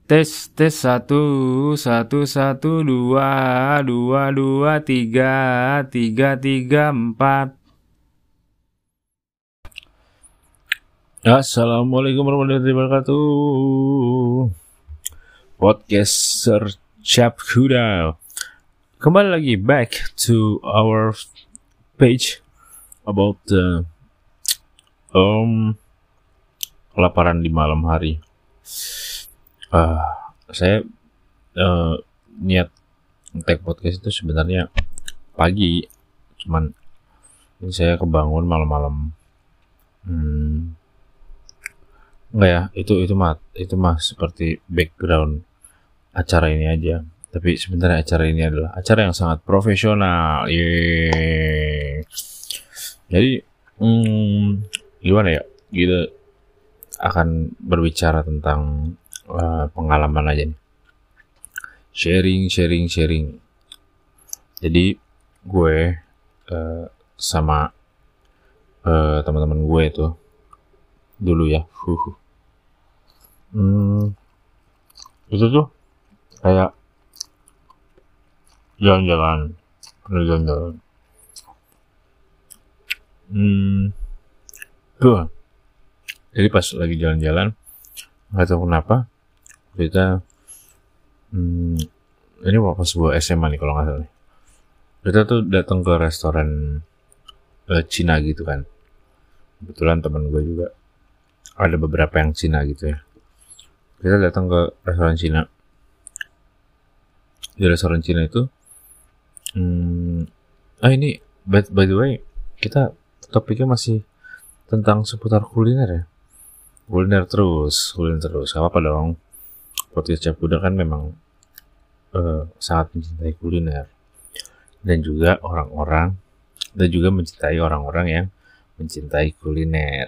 Tes satu satu dua dua tiga empat. Assalamualaikum warahmatullahi wabarakatuh. Podcaster Cap Kuda. Kembali lagi back to our page about kelaparan di malam hari. Saya niat nge-tag podcast itu sebenarnya pagi, cuman ini saya kebangun malam-malam. Enggak ya, itu mah seperti background acara ini aja. Tapi sebenarnya acara ini adalah acara yang sangat profesional. Jadi gimana ya? Kita akan berbicara tentang pengalaman aja nih. Sharing. Jadi gue sama teman-teman gue itu dulu ya. Itu tuh kayak jalan-jalan. Jadi pas lagi jalan-jalan, nggak tahu kenapa kita ini pas sebuah SMA nih kalau nggak salah. Kita tuh datang ke restoran Cina gitu kan. Kebetulan teman gue juga ada beberapa yang Cina gitu ya. Kita datang ke restoran Cina. Di restoran Cina itu ini by the way, kita topiknya masih tentang seputar kuliner ya. Kuliner terus. Apa dong? Podcast Cap Kuda kan memang sangat mencintai kuliner dan juga mencintai orang-orang yang mencintai kuliner.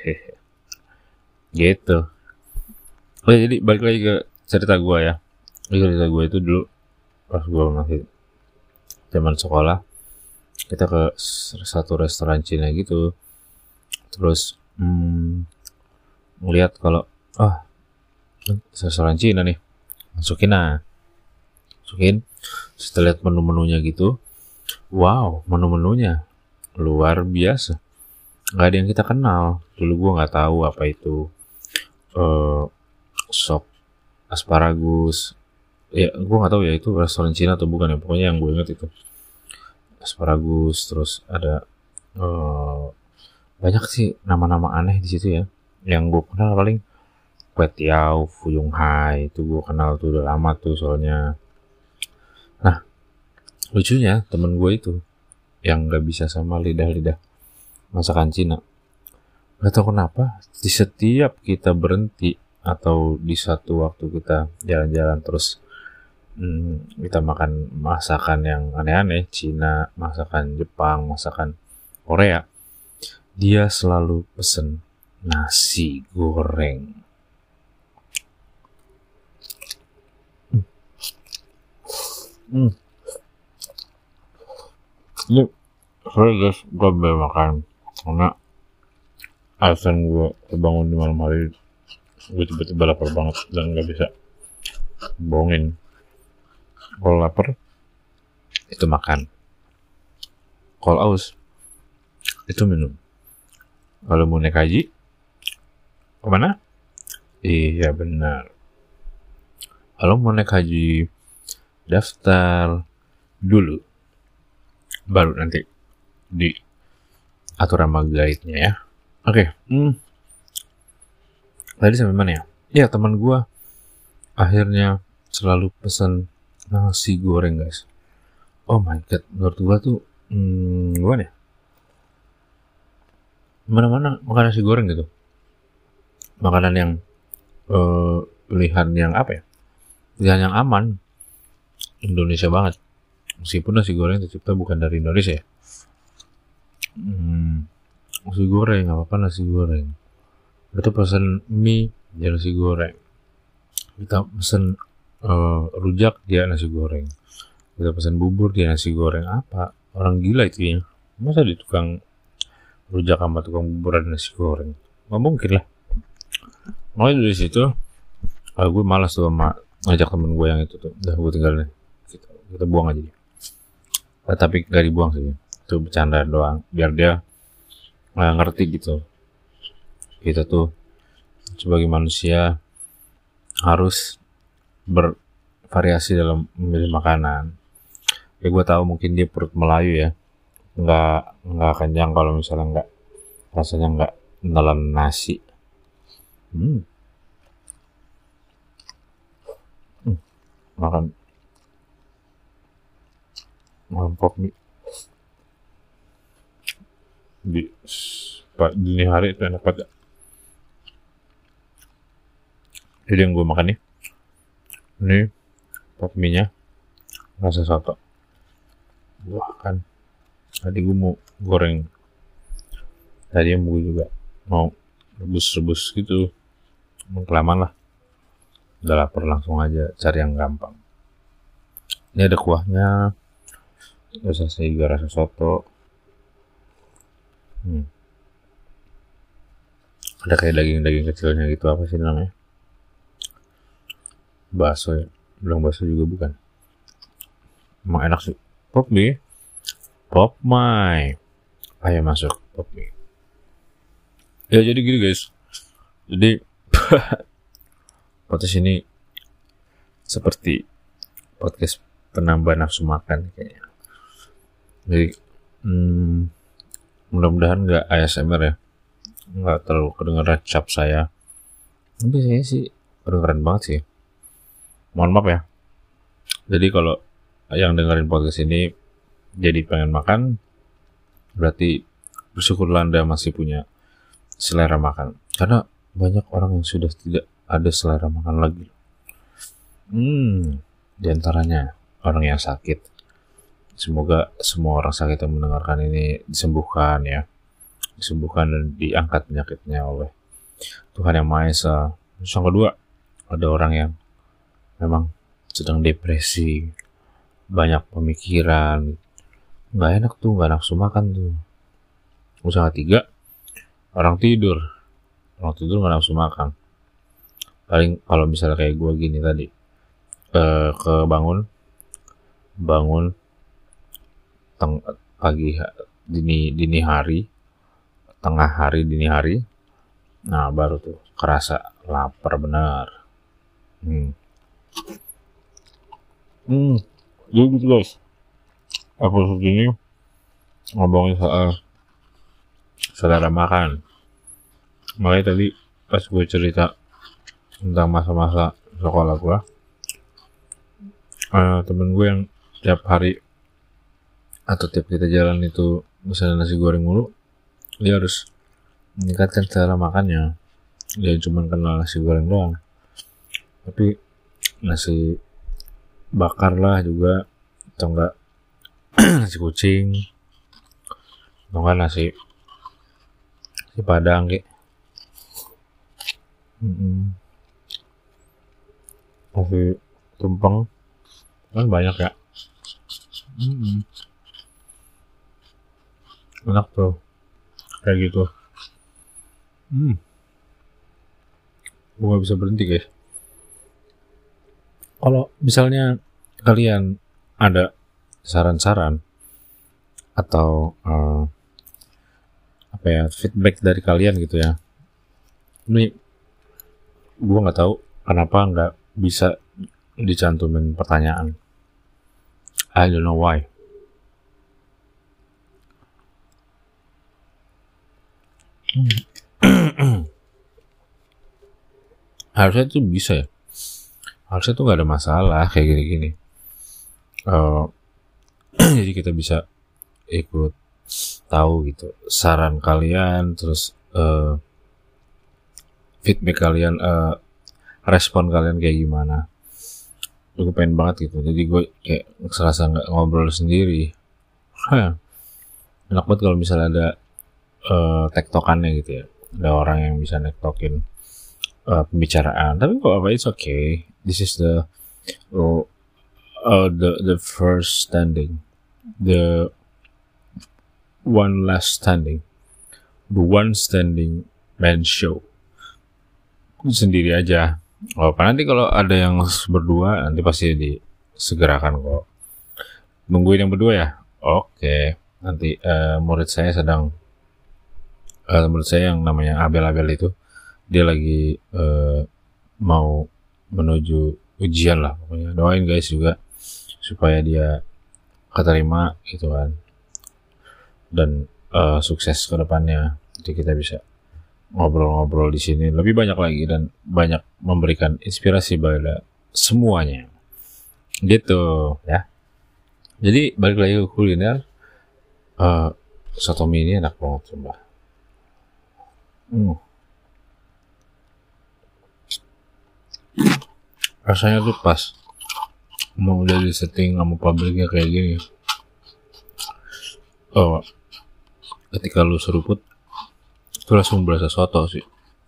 Gitu. Jadi balik lagi ke cerita gue ya. Cerita gue itu dulu pas gue masih zaman sekolah, kita ke satu restoran Cina gitu. Terus ngeliat kalau restoran Cina nih, masukin. Setelah lihat menu-menunya gitu, wow, menu-menunya luar biasa. Nggak ada yang kita kenal. Dulu gue nggak tahu apa itu sop asparagus. Ya, gue nggak tahu ya itu restoran Cina atau bukan ya. Pokoknya yang gue ingat itu asparagus. Terus ada banyak sih nama-nama aneh di situ ya. Yang gue kenal paling Kway Teow, Fuyung Hai, itu gue kenal tuh udah lama tuh soalnya. Nah, lucunya temen gue itu yang gak bisa sama lidah-lidah masakan Cina. Gak tau kenapa di setiap kita berhenti atau di satu waktu kita jalan-jalan terus kita makan masakan yang aneh-aneh, Cina, masakan Jepang, masakan Korea, dia selalu pesen nasi goreng. Ini sorry guys, gue belum makan karena alasan gue terbangun di malam hari. Gue tiba-tiba lapar banget dan gak bisa bohongin. Kalau lapar itu makan, kalau aus itu minum. Kalau mau naik haji kemana? Iya benar, kalau mau naik haji daftar dulu, baru nanti diatur sama guide-nya ya. Oke. Tadi sampai mana ya? Ya, teman gue akhirnya selalu pesan nasi goreng guys. Oh my god, menurut gue tuh gimana ya? Mana-mana makan nasi goreng gitu. Makanan yang pilihan yang apa ya? Pilihan yang aman. Indonesia banget. Meskipun nasi goreng tercipta bukan dari Indonesia ya. Nasi goreng, apa nasi goreng. Kita pesan mie, dia nasi goreng. Kita pesan rujak, dia nasi goreng. Kita pesan bubur, dia nasi goreng. Apa? Orang gila itu ya. Masa di tukang rujak sama tukang bubur ada nasi goreng? Nggak mungkin lah. Mulai dari situ Gue malas tuh sama ngajak temen gue yang itu tuh, udah gue tinggalin, kita buang aja dia. Tapi gak dibuang sih, itu bercanda doang biar dia ngerti gitu, kita tuh sebagai manusia harus bervariasi dalam memilih makanan. Ya gue tahu mungkin dia perut Melayu ya, nggak kenyang kalau misalnya nggak rasanya nggak menelan nasi. Makan pop mie di dini hari itu enak banget. Jadi yang gue makan nih, ini pop mie nya rasa soto. Wah kan, tadi gue mau goreng, tadi yang gue juga mau rebus gitu, kelamaan lah, udah lapar langsung aja cari yang gampang. Ini ada kuahnya, rasa seiga, rasa soto. Ada kayak daging kecilnya gitu, apa sih namanya? Bakso ya? Bilang bakso juga bukan. Emang enak sih. Pop mie. Pop mie. Ayo masuk pop mie. Ya jadi gitu guys. Jadi podcast ini seperti podcast penambah nafsu makan kayaknya. Jadi mudah-mudahan nggak ASMR ya, nggak terlalu kedengeran cap saya. Tapi saya sih kedengeran banget sih. Mohon maaf ya. Jadi kalau yang dengerin podcast ini jadi pengen makan, berarti bersyukurlah Anda masih punya selera makan. Karena banyak orang yang sudah tidak ada selera makan lagi. Di antaranya orang yang sakit. Semoga semua orang sakit yang mendengarkan ini disembuhkan ya. Disembuhkan dan diangkat penyakitnya oleh Tuhan Yang Maha Esa. Terus yang kedua, ada orang yang memang sedang depresi, banyak pemikiran, nggak enak tuh, nggak nafsu makan tuh. Terus yang ketiga, orang tidur nggak nafsu makan. Paling kalau misalnya kayak gue gini tadi, bangun pagi, dini hari, tengah hari, dini hari, nah baru tuh kerasa lapar benar. Jadi gitu guys, episode ini ngomongin soal selera makan. Makanya tadi pas gue cerita tentang masa-masa sekolah gue, temen gue yang tiap hari atau tiap kita jalan itu misalnya nasi goreng mulu, dia harus meningkatkan selera makannya. Dia cuma kenal nasi goreng doang, tapi nasi bakar lah juga, atau enggak nasi kucing, atau enggak nasi padang kayak nasi tumpeng kan banyak ya. Enak tuh kayak gitu. Gue gak bisa berhenti guys. Kalau misalnya kalian ada saran-saran atau feedback dari kalian gitu ya, ini gue nggak tahu kenapa nggak bisa dicantumin pertanyaan. I don't know why. Harusnya tuh bisa ya. Harusnya tuh gak ada masalah kayak gini-gini. Jadi kita bisa ikut tahu gitu saran kalian, terus feedback kalian, respon kalian kayak gimana. Gue pengen banget gitu. Jadi gue kayak serasa gak ngobrol sendiri. Enak banget kalau misalnya ada tektokannya gitu ya. Ada orang yang bisa nektokin pembicaraan. Tapi kok apa, it's okay. This is the first standing, the one last standing, the one standing man show. Sendiri aja, Oh, nanti kalau ada yang berdua nanti pasti disegerakan kok. Nungguin yang berdua ya. Oke. Nanti murid saya yang namanya Abel itu dia lagi mau menuju ujian lah pokoknya. Doain guys juga supaya dia keterima gitu kan, dan sukses ke depannya. Jadi kita bisa ngobrol-ngobrol di sini lebih banyak lagi dan banyak memberikan inspirasi pada semuanya gitu ya. Jadi balik lagi ke kuliner, soto mie ini enak banget sumpah. Rasanya tuh pas, emang udah di setting sama pabriknya kayak gini. Oh, ketika lu seruput itu langsung berasa soto sih.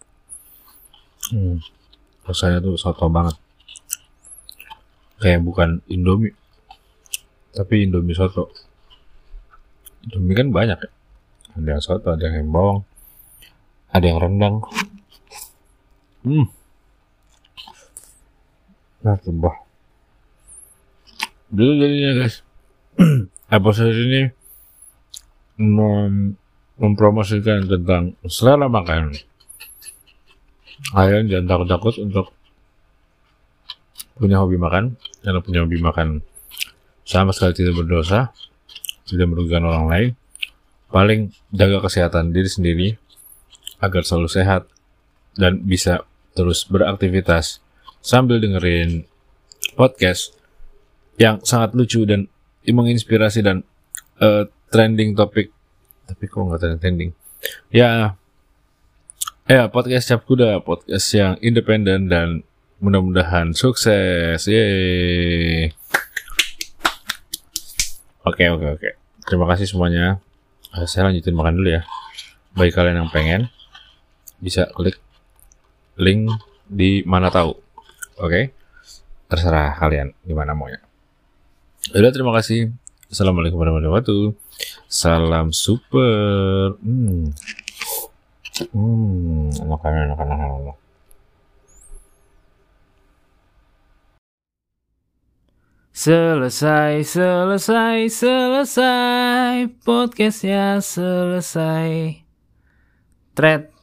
Rasanya tuh soto banget, kayak bukan Indomie tapi Indomie soto. Indomie kan banyak ya, ada yang soto, ada yang bawang, ada yang rendang. Nah sumpah dulu jadinya guys. Episode ini mempromosikan tentang selera makan. Kalian jangan takut untuk punya hobi makan, karena punya hobi makan sama sekali tidak berdosa, tidak merugikan orang lain. Paling jaga kesehatan diri sendiri agar selalu sehat dan bisa terus beraktivitas sambil dengerin podcast yang sangat lucu dan menginspirasi dan trending topik. Tapi kok nggak trending ya, podcast Cap Kuda, podcast yang independen dan mudah-mudahan sukses. Yeay. Oke. Terima kasih semuanya. Saya lanjutin makan dulu ya. Bagi kalian yang pengen, bisa klik link di mana tahu. Oke. Terserah kalian gimana maunya. Udah, terima kasih. Assalamualaikum warahmatullahi wabarakatuh. Salam super. Enak. Selesai, podcastnya selesai. Thread